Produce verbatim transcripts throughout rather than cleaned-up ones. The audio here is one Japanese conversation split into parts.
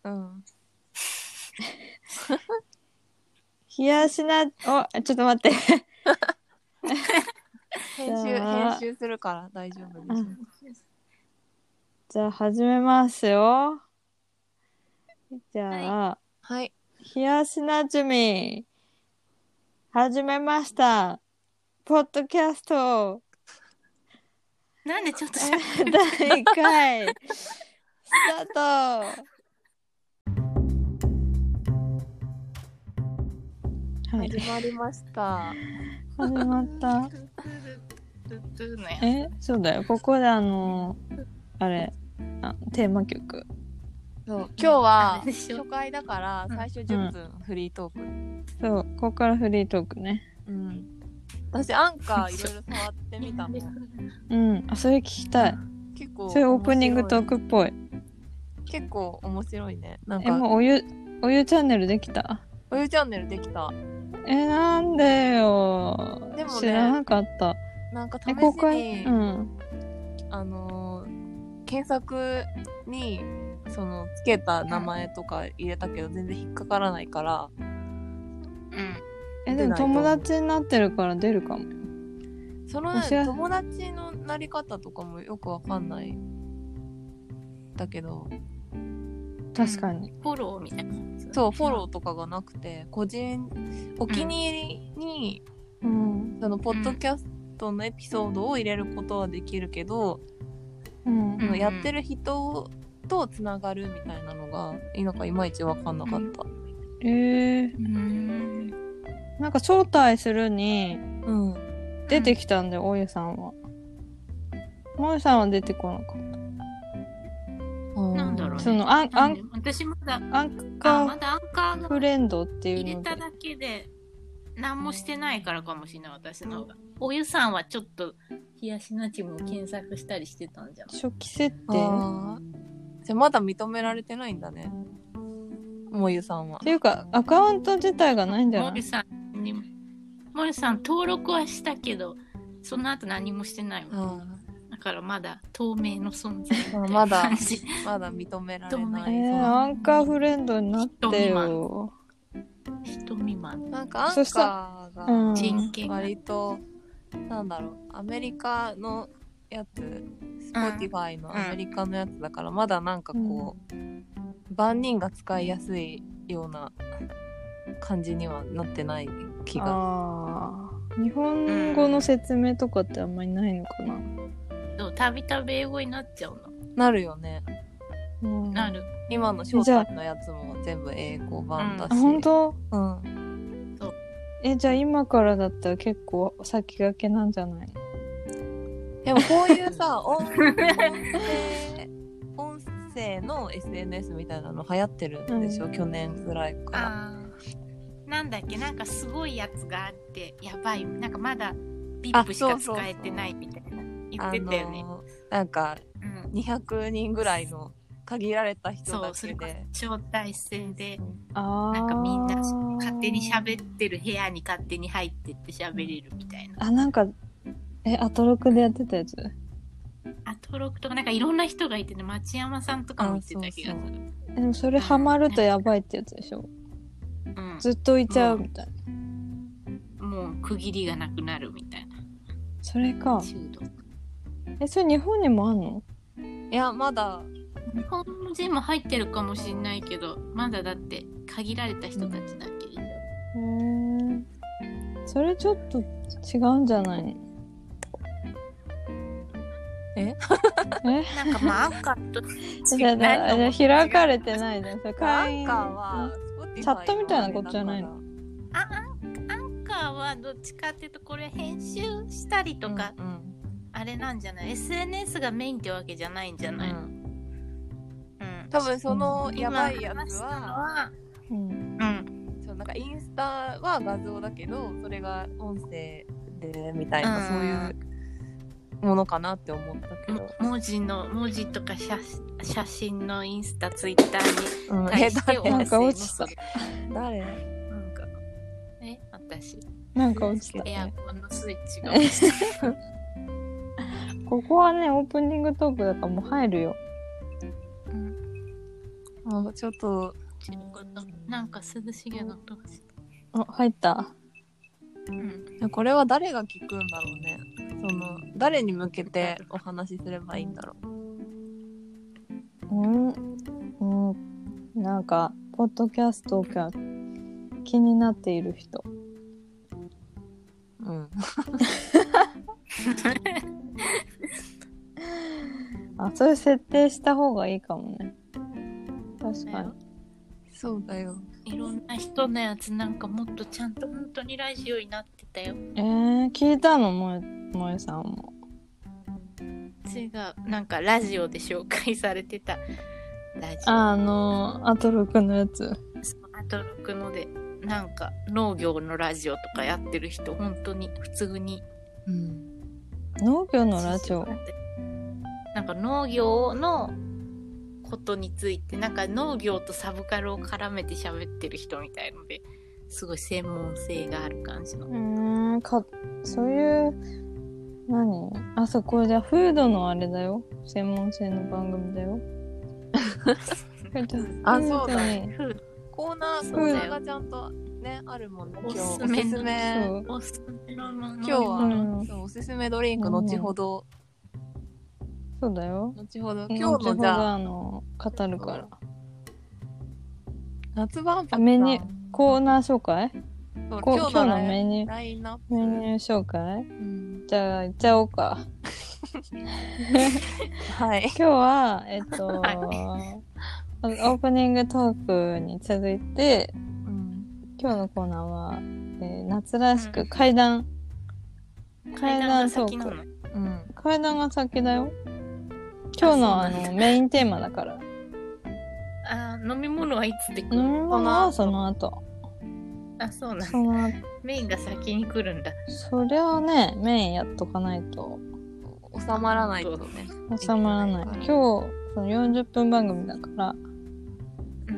うん。 冷やしな、お、ちょっと待って。 編集、編集するから大丈夫です。 じゃあ始めますよ。じゃあ、 はい。 冷やしなじみ、始めました。ポッドキャスト。 なんでちょっとしゃべだいいっかい、スタート。 はい、始まりました。 始まった。え、そうだよ。ここであのあれあテーマ曲。 そう今日は初回だから最初じゅっぷんフリートーク、うん、 そうここからフリートークね。 うん。私アンカーいろいろ触ってみたの。 うん。あ、それ聞きたい。 結構それオープニングトークっぽい。 結構面白いね。なんかえ、もうお湯お湯チャンネルできた？ お湯チャンネルできた。 え、なんでよ。でもね、知らなかった。 なんか試しに、うん、あのー、検索にそのつけた名前とか入れたけど、うん、全然引っかからないから。うん。 え、でも友達になってるから出るかも。 その友達のなり方とかもよくわかんないだけど。 確かに、 うん、フォローみたいな。 そう、フォローとかがなくて、個人お気に入りに、うん、そのポッドキャストのエピソードを入れることはできるけど、うん、やってる人とつながるみたいなのがなんかいまいち分かんなかった。 えー、うん、なんか招待するに、うん、出てきたんだよ、おゆさんは。おゆさんは出てこなかった。 なんだろうね。 そのアンアン私まだアンカー、 まだアンカーフレンドっていうので入れただけで何もしてないからかもしれない、私の方が。おゆさんはちょっと冷やしなちも検索したりしてたんじゃん。 初期設定。 あじゃまだ認められてないんだね、もゆさんは。 っていうかアカウント自体がないんじゃない？ もゆさんにもゆさん登録はしたけどその後何もしてないわ。だからまだ透明の存在みたいなまだまだ認められない。 えー、アンカーフレンドになってよ。 人未満。 なんかアンカーが人権割と、うん、なんだろう、アメリカのやつ、Spotify のアメリカのやつだから、まだなんかこう、うん、万人が使いやすいような感じにはなってない気が。 あー、日本語の説明とかってあんまりないのかな。 そう、たびたび英語になっちゃうの。 なるよね。 うん、なる。 今の招待のやつも全部英語版だし。 うん、本当？ うん。 そう。 え、じゃあ今からだったら結構先駆けなんじゃないの？ でもこういうさ、音声、音声の エスエヌエス みたいなの流行ってるんでしょ、うん、去年ぐらいから。 あ、なんだっけ、なんかすごいやつがあってやばい、なんかまだ ブイアイピー しか使えてないみたいな言ってたよね。 あのー、なんかにひゃくにんぐらいの限られた人だけで、 そう、それこそ招待制で、 あなんかみんな勝手に喋ってる部屋に勝手に入ってって喋れるみたいな。 あ、なんかえアトロクでやってたやつ？ アトロクとかなんかいろんな人がいてね、町山さんとかも言ってた気がする。そうそう、 でもそれハマるとやばいってやつでしょ、うん、ずっといちゃうみたいな。もう区切りがなくなるみたいな。 それか。え、それ日本にもあんの？ いや、まだ日本人も入ってるかもしれないけど、まだだって限られた人たちだけでしょ。 うん、へー、それちょっと違うんじゃないの？ ええなんかまあアンカーと開かれてないじゃん。それ会員アンカーはチャットみたいなことじゃないの？ あ、アンカーはどっちかっていうとこれ編集したりとか、うんうん、あれなんじゃない？ エスエヌエス がメインってわけじゃないんじゃない？うん、うん、 多分そのやばいやつは、 うん、うん、 そう、なんかインスタは画像だけどそれが音声でみたいな、うん、そういうものかなって思ったけど、 文字の文字とか 写, 写真のインスタツイッターに対して音声の、うん、 なんか落ちた。 誰？ なんかえ私なんか落ちた。 エアコンのスイッチが落ちた。 ここはねオープニングトークだからもう入るよ。 うん、 あ、ちょっとなんか涼しげな音がした。 あ、入った。 うん。 これは誰が聞くんだろうね。その誰に向けてお話しすればいいんだろう。うんうん。なんかポッドキャストが気になっている人。 うん。 あ、そういう設定した方がいいかもね。確かに。 そうだよ。 いろんな人のやつなんかもっとちゃんと本当にラジオになってたよ。 えー、聞いたのもえ、もえさんも。 違う、なんかラジオで紹介されてたラジオ。 あ、あの、アトロクのやつ。 アトロクので、なんか農業のラジオとかやってる人、本当に普通に。 うん。 農業のラジオ。 なんか農業のことについて、なんか農業とサブカルを絡めて喋ってる人みたいので、すごい専門性がある感じの。 うーん、か、そういう、何？あ、そこじゃフードのあれだよ。専門性の番組だよ。 あ、そうだね。コーナー、コーナーがちゃんとね、あるもんね。今日おすすめ。 おすすめの今日は、うん、そうおすすめドリンク、後ほど。 そうだよ。 後ほど。今日のじゃあ、 あの、語るから。 夏万博メニュー、コーナー紹介？ 今日のメニュー、 ラインナップ。 メニュー紹介？ うん、 じゃあ、行っちゃおうか。 はい。 今日は、えっと、はい、オープニングトークに続いて、うん、今日のコーナーは、えー、夏らしく怪談、 うん、怪談トーク。 うん、怪談が先だよ。今日のあのメインテーマだから。 あ、飲み物はいつで来る？ 飲み物はその後。 あ、そうなんだ。 その後メインが先に来るんだ。 そりゃあね、メインやっとかないと収まらないとね。 収まらない。今日そのよんじゅっぷん番組だから、うん、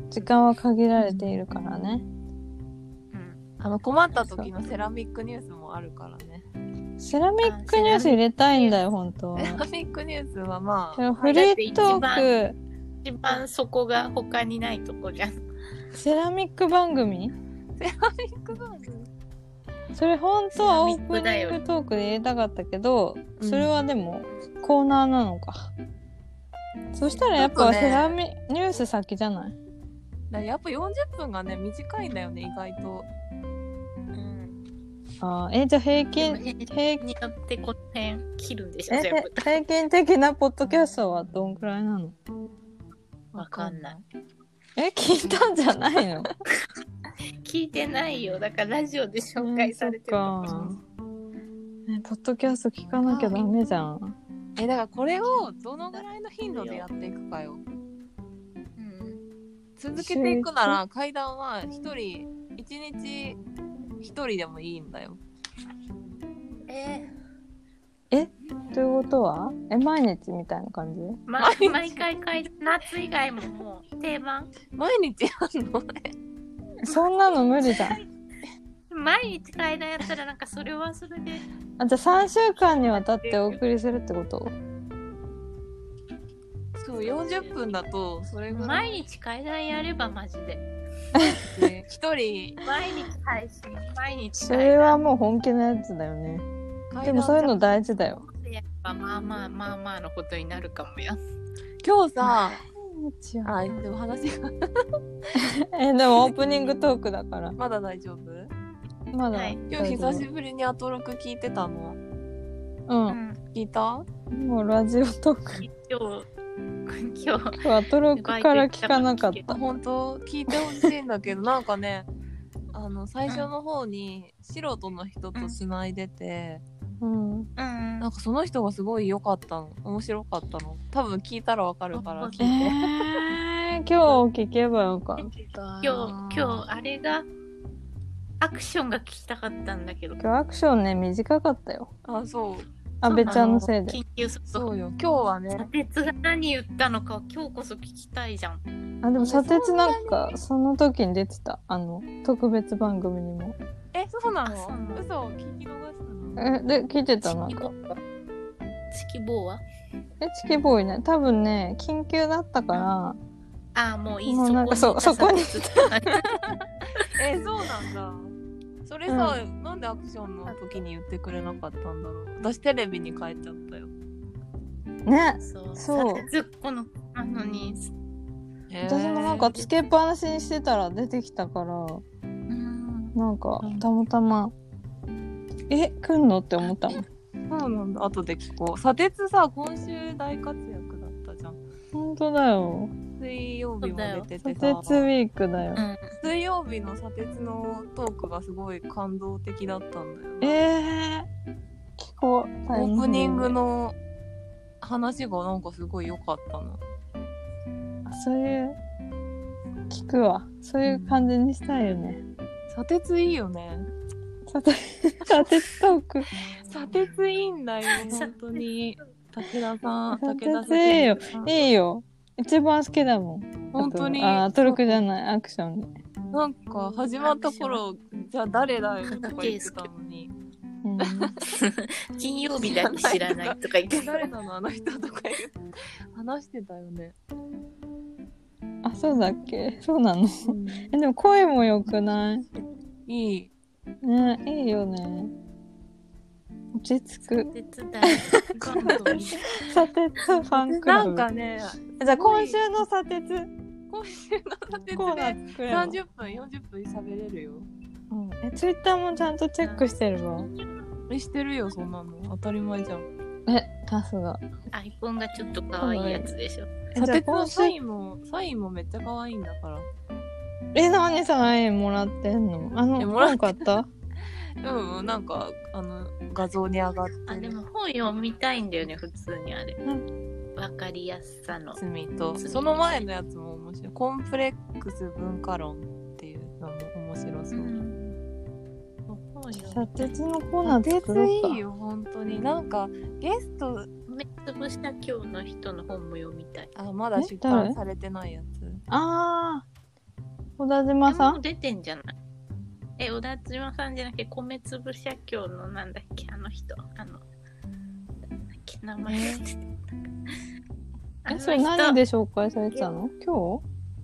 時間は限られているからね。 うん、あの困った時のセラミックニュースもあるからね。 セラミックニュース入れたいんだよ、本当は。 セラミックニュースはまあ。 フリートーク。 一番そこが他にないとこじゃん。 セラミック番組？ セラミック番組？ それ本当はオープニングトークで入れたかったけど、それはでもコーナーなのか。うん、そしたらやっぱセラミ、ね、ニュース先じゃない？ だやっぱよんじゅっぷんがね、短いんだよね、意外と。 あ、え、じゃあ平均、 平均によってこの辺切るんでしょ、全部。 平均的なポッドキャストはどんくらいなの？ わかんない。 え、聞いたんじゃないの？ 聞いてないよ。だからラジオで紹介されてるのか。 え、ポッドキャスト聞かなきゃダメじゃん。 え、だからこれをどのぐらいの頻度でやっていくかよ。うん。続けていくなら、怪談は一人、一日一人でもいいんだよ。 えー、えということはえ毎日みたいな感じ？ ま、毎回怪談、夏以外ももう定番。 毎日やんのね。 そんなの無理じゃん。 毎日怪談やったらなんかそれはそれで。 あ、じゃあさんしゅうかんにわたってお送りするってこと？ そう、よんじゅっぷんだとそれが毎日怪談やればマジで。 一人毎日配信、毎日それはもう本気のやつだよね。でもそういうの大事だよ。 やっぱまあまあまあまあのことになるかもや。 今日さ、 あ、 でも話がえ、でもオープニングトークだから。 まだ大丈夫？ まだ、 はい、 今日久しぶりにアトロク聞いてたの？ うん。 聞いた？ もうラジオトーク。 今日今日今日アトロクから聞かなかった。 本当聞いてほしいんだけどなんかね、あの最初の方に素人の人と繋いでて、 うん、 なんかその人がすごい良かったの、面白かったの。多分聞いたらわかるから聞いて。 えー、今日聞けばよかった。 今日今日あれがアクションが聞きたかったんだけど。 今日アクションね短かったよ。 あ、そう。 あべちゃんのせいで。 緊急速報。 そうよ。今日はね。 砂鉄が何言ったのか今日こそ聞きたいじゃん。 あ、でも砂鉄なんかその時に出てた。あの特別番組にも。 え、そうなの？嘘、聞き逃したの？え、で聞いてたなんか。 チキボーは？ え、チキボーイね。多分ね緊急だったからああ、もういい、 もうなんかそそこにえー、そうなんだ。それさ、うん、なんでアクションの時に言ってくれなかったんだろう。私テレビに変えちゃったよ。 ね、 そうそうずっこのあのに、 私もなんかつけっぱなしにしてたら出てきたから、うん、なんかたまたま、うん、え来んのって思ったもん。 そうなんだ。後で聞こう。砂鉄さ、今週大活躍だったじゃん。 本当だよ。 水曜日も出ててさ、 砂鉄ウィークだよ、 うん、水曜日の砂鉄のトークがすごい感動的だったんだよね。 えー、聞こう。 オープニングの話がなんかすごい良かったの。 あ、そういう聞くわ。そういう感じにしたいよね。 砂鉄いいよね。 砂鉄砂鉄トーク。 砂鉄いいんだよ本当に。武田さん、 武田さんいいよ、いいよ。一番好きだもん。 本当に。 あ、トルクじゃない、アクションね。 なんか始まった頃、じゃあ誰だよとか言ってたのに。 うん、金曜日だけ知らないとか言ってた。 誰なのあの人とか言って話してたよね。 あ、そうだっけ？そうなの？うん、え、でも声も良くない？ いい。 ね、いいよね。落ち着く。砂鉄ファンクラブ。 なんかね、 じゃあ今週の砂鉄、 今週の砂鉄でさんじゅっぷんよんじゅっぷん喋れるよ。 うん、え、ツイッターもちゃんとチェックしてるわ。 え、してるよ、そんなの当たり前じゃん。 え、さすが。 アイコンがちょっと可愛いやつでしょ。 砂鉄のサインもサインもめっちゃ可愛いんだから。 え、何サインもらってんの？あの、え、もらった？ うん、なんかあの画像に上がってる。 あ、でも本読みたいんだよね、普通にあれ。わ、うん、かりやすさの。 罪とその前のやつも面白い。コンプレックス文化論っていうのも面白そう。うん、 砂鉄のコーナー作ろうか。 砂鉄いいよ本当に。なんかゲスト目つぶした今日の人の本も読みたい。 あ、まだ出版されてないやつ。 ああ、小田島さん。 もう出てんじゃない？え、小田島さんじゃなくて、米粒社協のなんだっけ、あの人。あの、なんだっけ、名前出てえ、それ何で紹介されてたの？今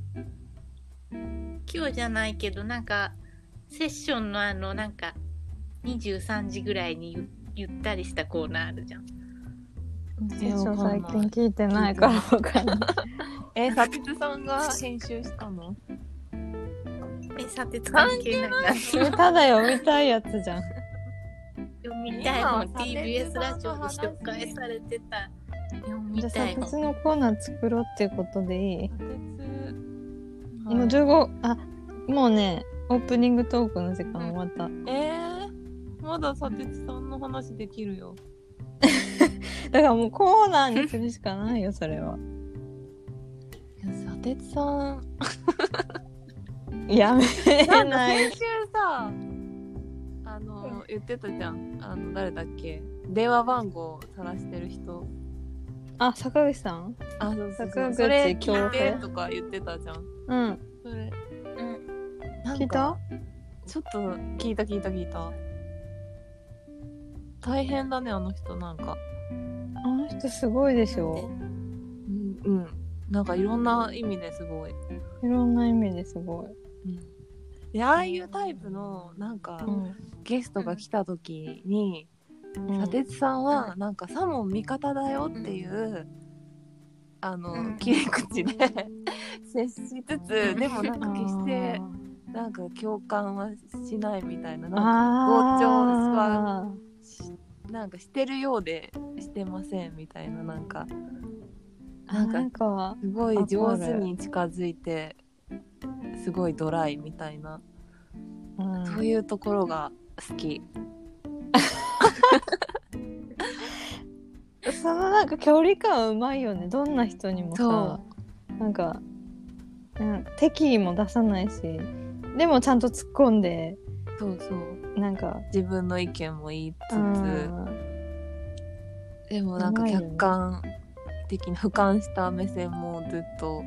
日？今日じゃないけど、なんか、セッションのあの、なんか、にじゅうさんじぐらいに ゆ, ゆったりしたコーナーあるじゃん。 セッション最近聞いてないからわかんない。 え、さつつさんが編集したの？ え、砂鉄関係ないな。 ただ読みたいやつじゃん。 読みたいもん。ティービーエス ラジオで紹介されてた。読みたいもん。 砂鉄のコーナー作ろうっていうことでいい？ 砂鉄、 はい、もうじゅうご、あ、もうね、オープニングトークの時間終わった。 えー、まだ砂鉄さんの話できるよ。 だからもうコーナーにするしかないよ、それは。 いや、砂鉄さん。 やめない。 先週さ、あの言ってたじゃん。あの誰だっけ？電話番号晒してる人。 あ、坂口さん？ あ、そうそうそう。 坂口それ聞いてとか言ってたじゃん。 うん。 それ、 うん。聞いた？ ちょっと聞いた聞いた聞いた。大変だねあの人なんか。 あの人すごいでしょ。 うんうん。なんかいろんな意味ですごい。 いろんな意味ですごい。 うん、でああいうタイプのなんか、うん、ゲストが来た時に、うん、砂鉄さんはなんかさも味方だよっていう、うん、あの、うん、切り口で接しつつでもなんか決してなんか共感はしないみたいな、なんか同調はなんかしてるようでしてませんみたいな、なんかなんかすごい上手に近づいてすごいドライみたいな、うん、そういうところが好き。 そのなんか距離感うまいよね。どんな人にもさ、なんか、なんか敵意も出さないし、でもちゃんと突っ込んで、 そうそうなんか自分の意見も言いつつ、でもなんか客観的に俯瞰した目線もずっと。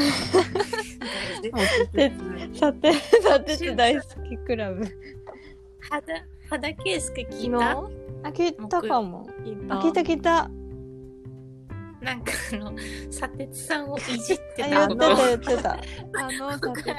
さてさてて大好きクラブ。 肌肌圭介聞いた？ あ、聞いたかも。聞いた聞いた聞いた。 なんかあの砂鉄さんをいじってあ、 たこと言ってた言ってた。 あのさて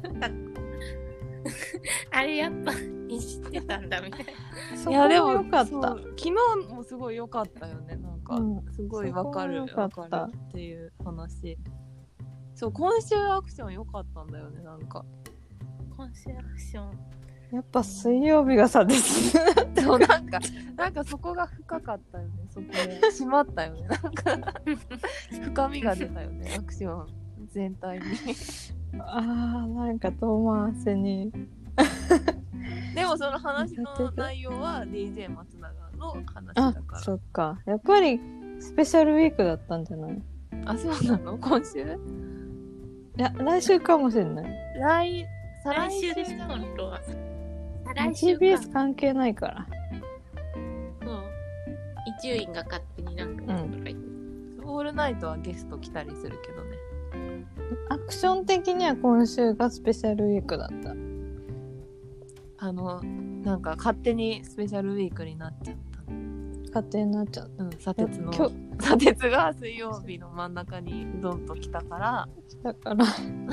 あれやっぱいじってたんだみたいな。 そこも良かった。 そう昨日もすごい良かったよね。なんか、 うんすごいわかるそこも良かったわかるっていう話。そう今週アクション良かったんだよね。なんか今週アクションやっぱ水曜日がさですそうなんかなんかそこが深かったよね。そこで締まったよね。なんか深みが出たよね。アクション全体に。 あーなんか遠回しにでもその話の内容は ディージェー 松永の話あだから。 そっかやっぱりスペシャルウィークだったんじゃない？いあ、そうなの？今週？ や来週かもしれない。 来再来来週週でしょ本当は。来ジー週か。 ビーエス 関係ないから。 そう伊集院が勝手になんかとか言って、 オールナイトはゲスト来たりするけどね。 アクション的には今週がスペシャルウィークだった。 あのなんか勝手にスペシャルウィークになっちゃった。 勝手になっちゃっうん、砂鉄の今日砂鉄が水曜日の真ん中にドンと来たからたから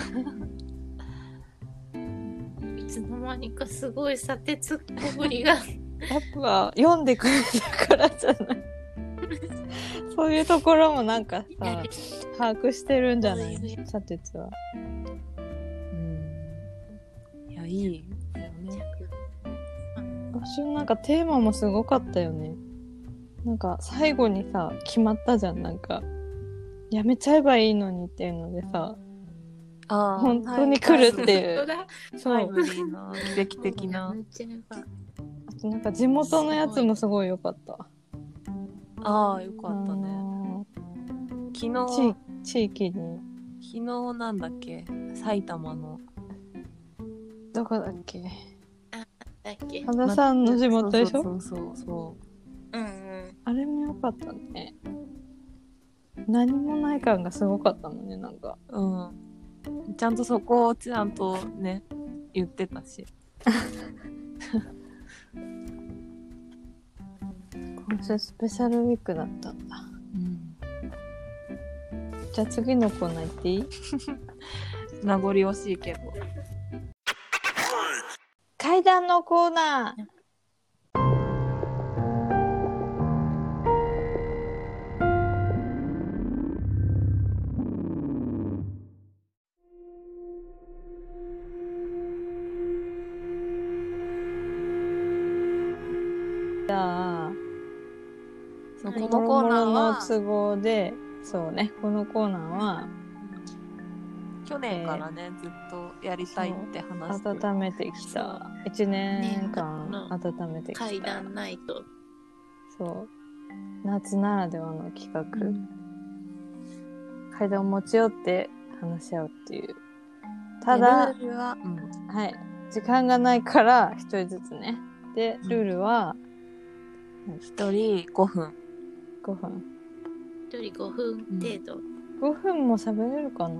いつの間にかすごい砂鉄っぽぶりがやっぱ読んでくれたからじゃないそういうところもなんかさ把握してるんじゃない砂鉄は。 うんいやいいだよね。 今週なんかテーマもすごかったよね。なんか最後にさ決まったじゃん。なんかやめちゃえばいいのにっていうのでさあ本当に来るっていう、 本当だそうタイムリーな奇跡的な。 めっちゃやばいあとなんか地元のやつもすごい良かった。 ああよかったね。 あの昨ー日地地域に昨日なんだっけ埼玉のどこだっけだっけ羽田さんの地元でしょ。 そうそうそうそうんうんあれも良かったね。何もない感がすごかったもんね。なんかううんちゃんとそこをちゃんとね言ってたし。 今週スペシャルウィークだったんだ。 うんじゃあ次のコーナー行っていい？ 名残惜しいけど。 階段のコーナー。じゃあそうこのコーナーもろもろはの都合でそうねこのコーナーは去年からね、ずっとやりたいって話して温めてきたいちねんかんね温めてきた階段ナイトそう夏ならではの企画、 うん階段を持ち寄って話し合うっていう。ただルールは、うんはい時間がないから一人ずつね。でルールは一人ごふん。 ごふん。 ひとりごふん程度、 ごふんも喋れるかな。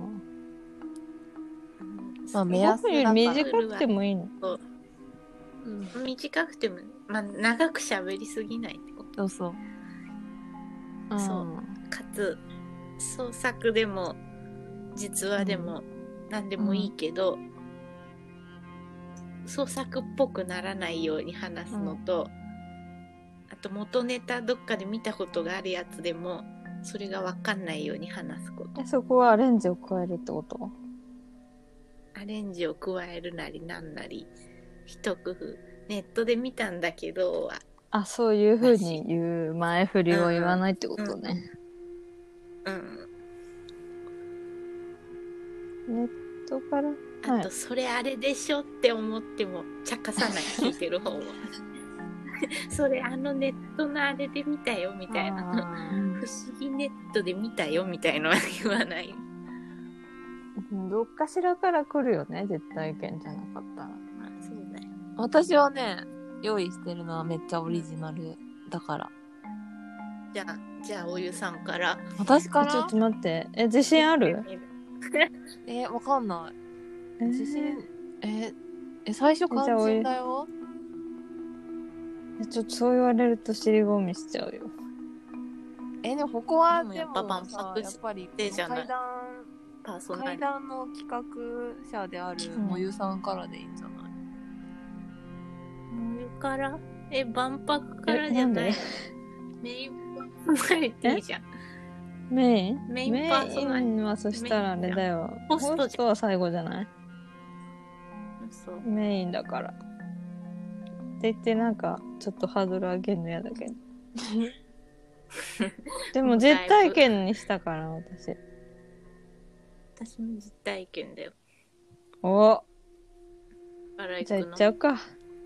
まあ目ご安だからふんより短くてもいいの。 うん短くても、まあ、長く喋りすぎないってことそうそう。 そうかつ創作でも実話でも何でもいいけど、創作っぽくならないように話すのと、あと元ネタどっかで見たことがあるやつでもそれが分かんないように話すこと。 えそこはアレンジを加えるってこと？ アレンジを加えるなりなんなり一工夫。ネットで見たんだけどはあそういう風に言う前振りを言わないってことね。 うん、 ネットからあと、 はいそれあれでしょって思っても茶化さない聞いてる方はそれあのネットのあれで見たよみたいなあ不思議ネットで見たよみたいのは言わない。 ーどっかしらから来るよね絶対意見じゃなかったら。 まあそうだよ。 私はね、用意してるのはめっちゃオリジナルだから。 じゃあじゃあおゆさんから私からちょっと待ってえ自信ある？ えわかんない。 えー自信ええ最初肝心だよ。 えちょっとそう言われると尻込みしちゃうよ。 えでもここはでもでもやっぱ万さ博やっぱりでじゃない階段パーソナリ階段の企画者であるもゆさんからでいいんじゃない？ もゆからえ万博からじゃない。メインパーソナリティじゃん。 メインメインパーソナリティメインはそしたらあれだよ。 ホストじゃんホストは最後じゃない？ そうメインだから。って言ってなんかちょっとハードル上げるの嫌だけど。でも実体験にしたから私。 私も実体験だよ。 おから行くのじゃあ行っちゃうか。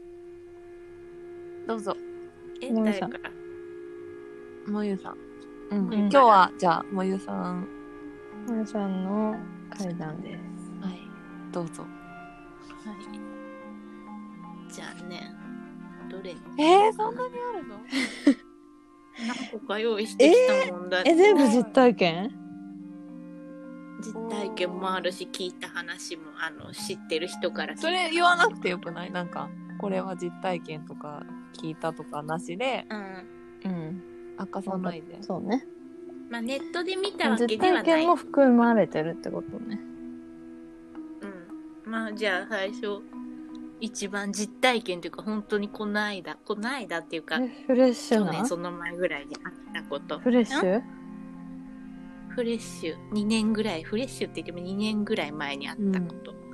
どうぞえもゆさん誰からもゆさん、うんうん今日はじゃあもゆさん皆さんの階段です。 はいどうぞ。 はいじゃあねどれにえー、そんなにあるの？ 何個か用意してきた問題、 え、全部実体験？ 実体験もあるし聞いた話もあの知ってる人から聞いたそれ言わなくてよくない？なんかこれは実体験とか聞いたとかなしでうんうん。 明かさないで。 そうね。 まあネットで見たわけ実ではない体験も含まれてるってことね。 うんまあじゃあ最初一番実体験というか本当にこの間この間っていうかえフレッシュな去年その前ぐらいにあったことフレッシュフレッシュにねんぐらいフレッシュって言ってもにねんぐらい前にあったこと、と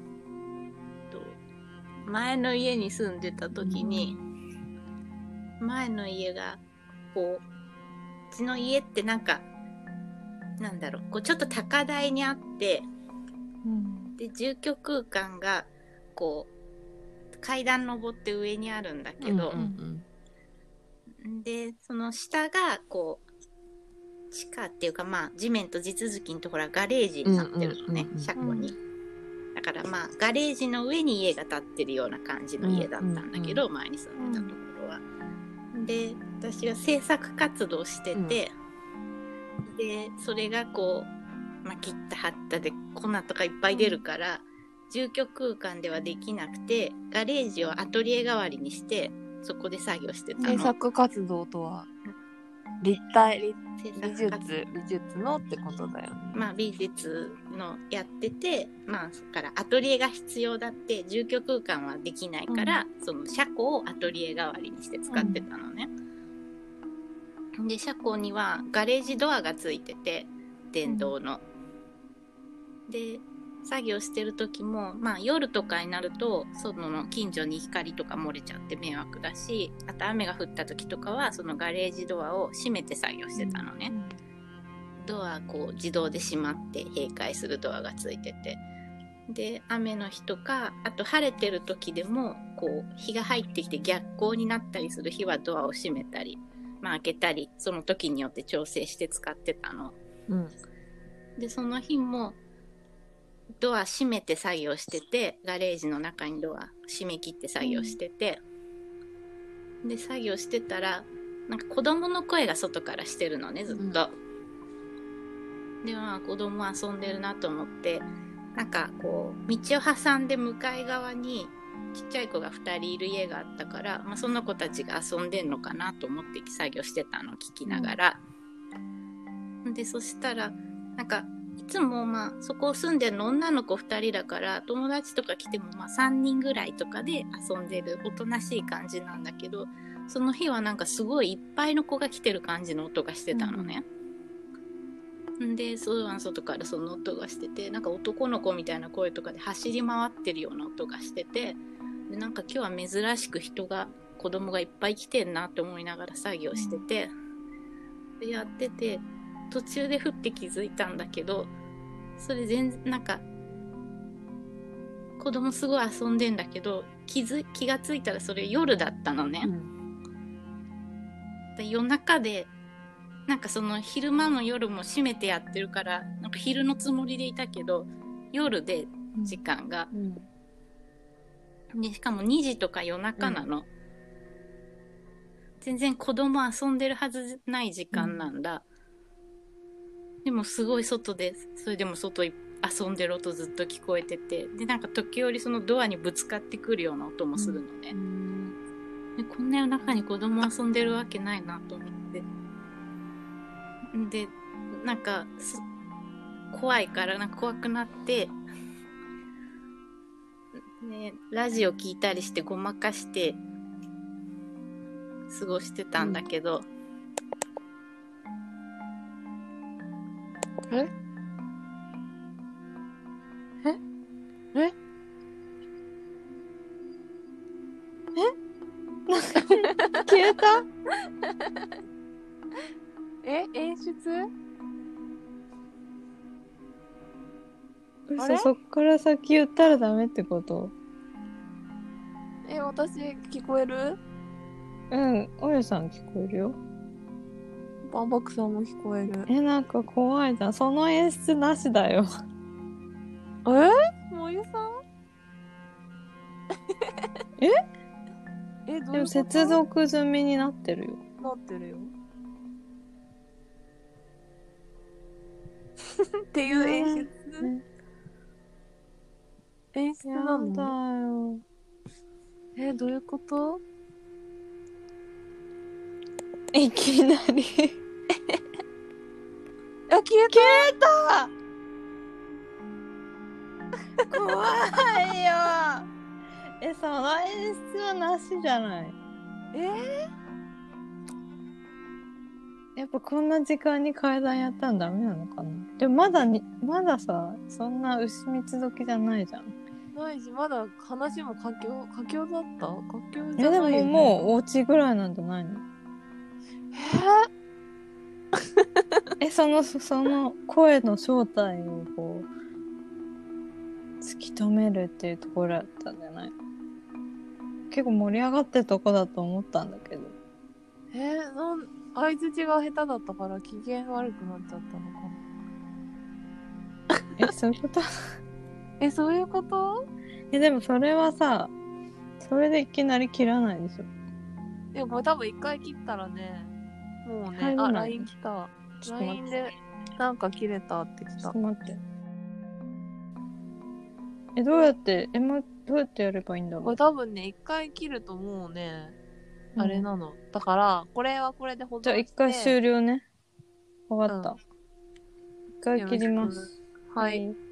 前の家に住んでた時に前の家がこううちの家ってなんかなんだろうこうちょっと高台にあってうんで住居空間がこう階段登って上にあるんだけど、 うんうんでその下がこう地下っていうかまあ地面と地続きのところはガレージになってるのね、 うんうんうんうん車庫に、だからまあガレージの上に家が建ってるような感じの家だったんだけど、前に住んでたところは、で私が制作活動してて、 うんでそれがこう、まあ、切った貼ったで粉とかいっぱい出るから、住居空間ではできなくてガレージをアトリエ代わりにしてそこで作業してたの。 制作活動とは立体制美作活動術美術のってことだよね。 まあ美術のやってて、まあそこからアトリエが必要だって住居空間はできないから、うん、その車庫をアトリエ代わりにして使ってたのね、うん、で車庫にはガレージドアがついてて電動の、うん、で作業してる時も、まあ、夜とかになるとその近所に光とか漏れちゃって迷惑だし、あと雨が降った時とかはそのガレージドアを閉めて作業してたのね、うん、ドアこう自動で閉まって閉会するドアがついてて、で雨の日とかあと晴れてる時でもこう日が入ってきて逆光になったりする日はドアを閉めたり、まあ、開けたりその時によって調整して使ってたの、 うん、 でその日もドア閉めて作業しててガレージの中にドア閉め切って作業してて、うん、で作業してたらなんか子供の声が外からしてるのねずっと、うん、でまあ子供遊んでるなと思ってなんかこう道を挟んで向かい側にちっちゃい子がふたりいる家があったから、まあ、その子たちが遊んでんのかなと思って作業してたのを聞きながら、うん、でそしたらなんかいつもまあそこ住んでるの女の子ふたりだから友達とか来てもまあさんにんぐらいとかで遊んでるおとなしい感じなんだけど、その日はなんかすごいいっぱいの子が来てる感じの音がしてたのね、うん、でその外からその音がしててなんか男の子みたいな声とかで走り回ってるような音がしてて、でなんか今日は珍しく人が子供がいっぱい来てんなって思いながら作業してて、でやってて途中でふって気づいたんだけど、それ全然なんか子供すごい遊んでんだけど気づ気がついたらそれ夜だったのね、うん、で夜中でなんかその昼間の夜も閉めてやってるからなんか昼のつもりでいたけど夜で時間が、うんうん、でしかもにじとか夜中なの、うん、全然子供遊んでるはずない時間なんだ、うん、でもすごい外でそれでも外遊んでる音ずっと聞こえてて、でなんか時折そのドアにぶつかってくるような音もするのね、うん、でこんな夜中に子供遊んでるわけないなと思って、 でなんか怖いからなんか怖くなって、ね、ラジオ聞いたりしてごまかして過ごしてたんだけど、 うん、ええええなんか消えたえ演出あ嘘、 れそっから先言ったらダメってこと？ え私聞こえる？ うん、おやさん聞こえるよ。 バンバクさんも聞こえる。 え、なんか怖いじゃん。その演出なしだよ。 えー、もゆさんええ、どういうこと？ でも接続済みになってるよ。 なってるよ。っていう演出、 ね、 演出なやだの？ よ。 え、どういうこと？ いきなりあ、消えた消えた怖いよ。え、その演出はなしじゃない？ えー、やっぱこんな時間に階段やったらダメなのかな。でもまだにまださ、そんな牛蜜時じゃないじゃん。 ないし、まだ話も佳境佳境だった？佳境じえ、でもゃないよね。 もうお家ぐらいなんじゃないの？ ええ、そのその声の正体をこう突き止めるっていうところだったんじゃない？結構盛り上がってるとこだと思ったんだけど。 えー、なん相づちが下手だったから機嫌悪くなっちゃったのかな。 え、そういうことえ、そういうこと？ え、でもそれはさ、それでいきなり切らないでしょ。 でも多分一回切ったらね、もうね、あ、ライン 来た。ライン でなんか切れたって来た。 ちょっと待って。え、どうやって、え、もうどうやってやればいいんだろう。 これ多分ね、一回切るともうね、うん、あれなの。だから、これはこれで保存して。 じゃあ一回終了ね。わかった。一、うん、回切ります。 はい。はい。